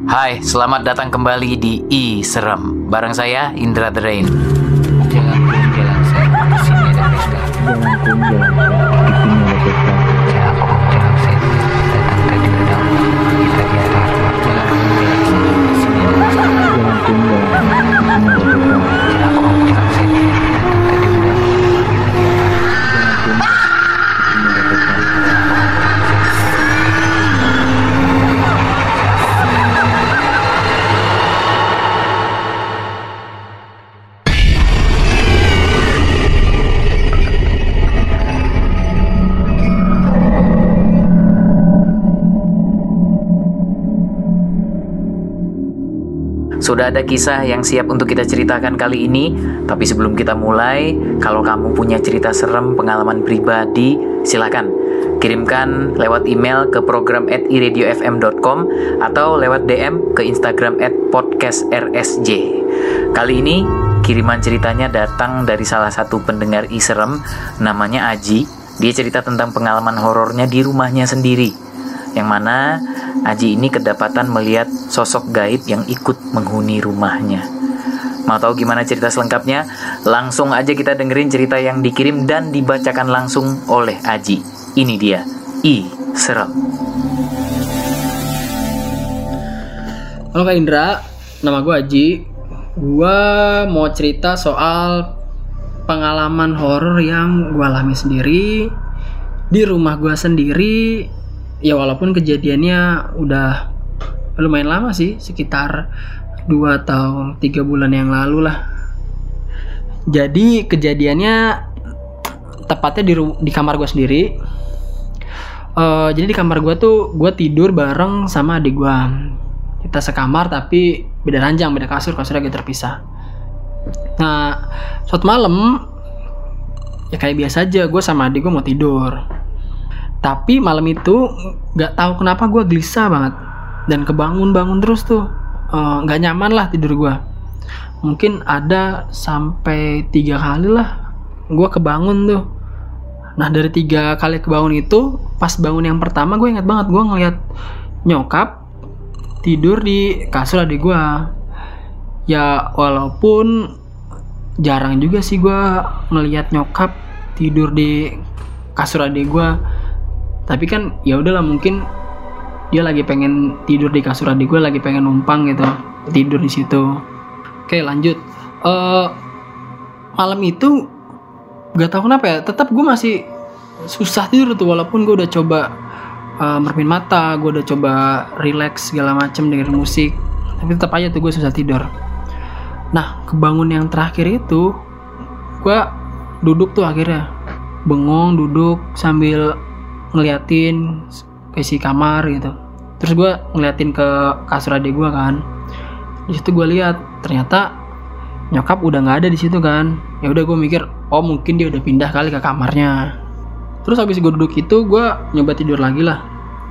Hai, selamat datang kembali di I Serem. Bareng saya Indra The Rain. Jalan saya, di sini ada pesta. Jalan di sini ada pesta. Jalan saya, datang tadi pedang. Kita di atas. Jalan di sini ada pesta. Jalan di sini ada pesta. Jalan saya, datang tadi pedang. Sudah ada kisah yang siap untuk kita ceritakan kali ini. Tapi sebelum kita mulai, kalau kamu punya cerita serem, pengalaman pribadi, silakan kirimkan lewat email ke program@iradiofm.com atau lewat DM ke Instagram @podcastrsj. Kali ini kiriman ceritanya datang dari salah satu pendengar I Serem, namanya Aji. Dia cerita tentang pengalaman horornya di rumahnya sendiri, yang mana Aji ini kedapatan melihat sosok gaib yang ikut menghuni rumahnya. Mau tahu gimana cerita selengkapnya? Langsung aja kita dengerin cerita yang dikirim dan dibacakan langsung oleh Aji. Ini dia, I Serem. Halo Kak Indra, nama gue Aji. Gue mau cerita soal pengalaman horor yang gue alami sendiri di rumah gue sendiri. Ya walaupun kejadiannya udah lumayan lama sih, sekitar 2 atau 3 bulan yang lalu lah. Jadi kejadiannya tepatnya di kamar gue sendiri. Jadi di kamar gue tuh gue tidur bareng sama adik gue. Kita sekamar tapi beda ranjang, beda kasurnya gitu terpisah. Nah suatu malam ya kayak biasa aja, gue sama adik gue mau tidur. Tapi malam itu gak tahu kenapa gue gelisah banget dan kebangun terus tuh, gak nyaman lah tidur gue. Mungkin ada sampai 3 kali lah gue kebangun tuh. Nah dari 3 kali kebangun itu, pas bangun yang pertama gue ingat banget gue ngeliat nyokap tidur di kasur adik gue. Ya walaupun jarang juga sih gue ngeliat nyokap tidur di kasur adik gue, tapi kan ya udahlah, mungkin dia lagi pengen tidur di kasur adik gue, lagi pengen numpang gitu, tidur di situ. Oke lanjut. Malam itu gak tahu kenapa ya, tetap gue masih susah tidur tuh, walaupun gue udah coba mermin mata, gue udah coba relax segala macem dengerin musik, tapi tetap aja tuh gue susah tidur. Nah kebangun yang terakhir itu gue duduk tuh, akhirnya bengong duduk sambil ngeliatin ke isi kamar gitu. Terus gue ngeliatin ke kasur adik gue kan. Di situ gue lihat ternyata nyokap udah nggak ada di situ kan. Ya udah gue mikir, oh mungkin dia udah pindah kali ke kamarnya. Terus habis gue duduk itu gue nyoba tidur lagi lah.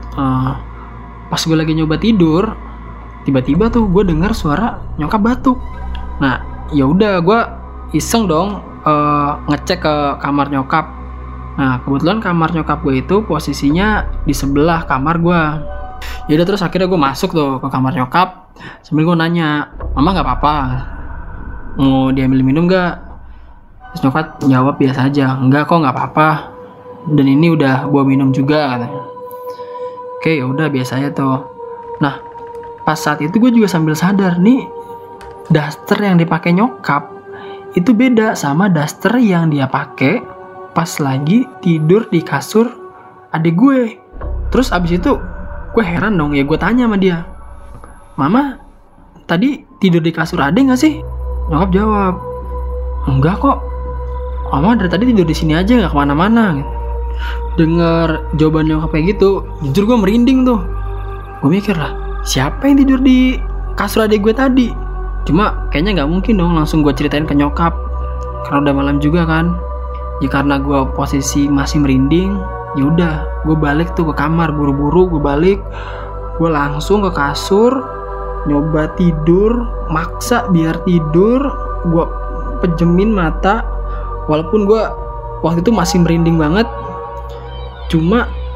Pas gue lagi nyoba tidur, tiba-tiba tuh gue dengar suara nyokap batuk. Nah ya udah gue iseng dong ngecek ke kamar nyokap. Nah kebetulan kamar nyokap gue itu posisinya di sebelah kamar gue. Yaudah terus akhirnya gue masuk tuh ke kamar nyokap sambil gue nanya, mama nggak apa-apa, mau diambil minum nggak? Terus nyokap jawab biasa aja, enggak kok nggak apa-apa, dan ini udah bawa minum juga katanya. Oke yaudah biasa aja tuh. Nah pas saat itu gue juga sambil sadar nih, daster yang dipakai nyokap itu beda sama daster yang dia pakai pas lagi tidur di kasur adik gue. Terus abis itu gue heran dong, ya gue tanya sama dia, mama tadi tidur di kasur adik gak sih? Nyokap jawab, enggak kok, mama dari tadi tidur di sini aja, gak kemana-mana. Dengar jawaban nyokap kayak gitu, jujur gue merinding tuh. Gue mikir lah, siapa yang tidur di kasur adik gue tadi? Cuma kayaknya gak mungkin dong langsung gue ceritain ke nyokap, karena udah malam juga kan. Ya karena gue posisi masih merinding, ya udah gue balik tuh ke kamar, buru-buru gue balik, gue langsung ke kasur, nyoba tidur, maksa biar tidur, gue pejemin mata, walaupun gue waktu itu masih merinding banget. Cuma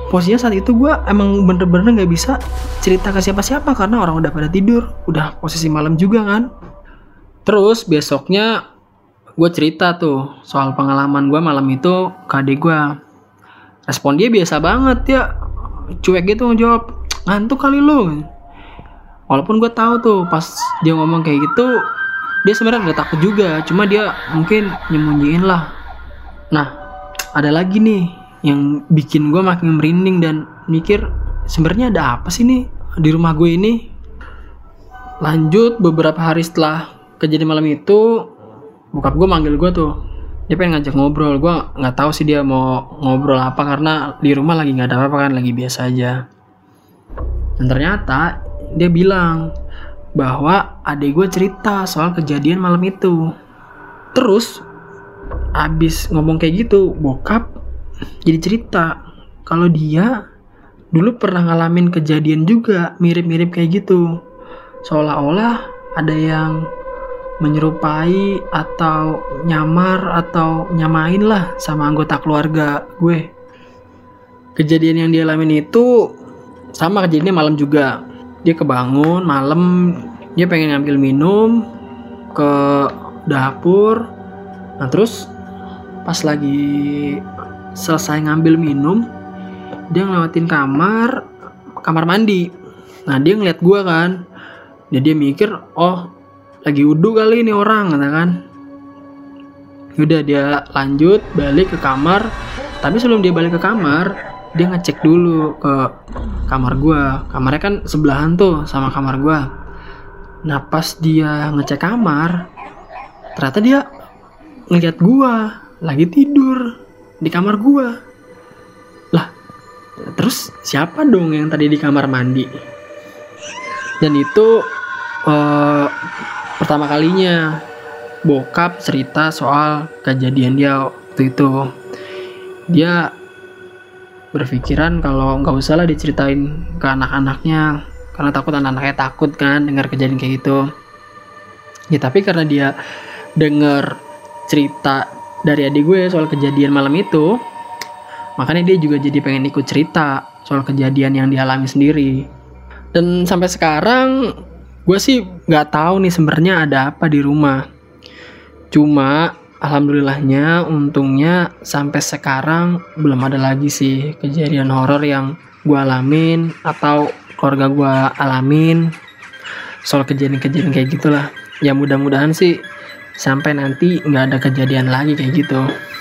posisinya saat itu gue emang bener-bener gak bisa cerita ke siapa-siapa karena orang udah pada tidur, udah posisi malam juga kan. Terus besoknya gue cerita tuh soal pengalaman gue malam itu ke adik gue. Respon dia biasa banget ya, cuek gitu ngejawab, ngantuk kali lu. Walaupun gue tahu tuh pas dia ngomong kayak gitu, dia sebenarnya udah takut juga, cuma dia mungkin nyembunyiin lah. Nah, ada lagi nih yang bikin gue makin merinding dan mikir sebenarnya ada apa sih nih di rumah gue ini. Lanjut beberapa hari setelah kejadian malam itu, bokap gue manggil gue tuh, dia pengen ngajak ngobrol. Gue nggak tahu sih dia mau ngobrol apa karena di rumah lagi nggak ada apa-apa kan, lagi biasa aja. Dan ternyata dia bilang bahwa adik gue cerita soal kejadian malam itu. Terus abis ngomong kayak gitu, bokap jadi cerita kalau dia dulu pernah ngalamin kejadian juga mirip-mirip kayak gitu. Seolah-olah ada yang menyerupai atau nyamar atau nyamain lah sama anggota keluarga gue. Kejadian yang dia alamin itu sama kejadiannya malam juga. Dia kebangun malam, dia pengen ngambil minum ke dapur. Nah terus pas lagi selesai ngambil minum, dia ngelewatin kamar mandi. Nah dia ngeliat gue kan, dan dia mikir, oh lagi wudu kali ini orang, kata kan. Udah dia lanjut balik ke kamar. Tapi sebelum dia balik ke kamar, dia ngecek dulu ke kamar gue. Kamarnya kan sebelahan tuh sama kamar gue. Nah pas dia ngecek kamar, ternyata dia ngeliat gue lagi tidur di kamar gue. Lah, terus siapa dong yang tadi di kamar mandi? Dan itu pertama kalinya bokap cerita soal kejadian dia waktu itu. Dia berpikiran kalau nggak usah lah diceritain ke anak-anaknya karena takut anak-anaknya takut kan dengar kejadian kayak gitu. Ya tapi karena dia denger cerita dari adik gue soal kejadian malam itu, makanya dia juga jadi pengen ikut cerita soal kejadian yang dialami sendiri. Dan sampai sekarang gue sih nggak tahu nih sebenarnya ada apa di rumah. Cuma alhamdulillahnya, untungnya sampai sekarang belum ada lagi sih kejadian horor yang gue alamin atau keluarga gue alamin soal kejadian-kejadian kayak gitulah. Ya mudah-mudahan sih sampai nanti nggak ada kejadian lagi kayak gitu.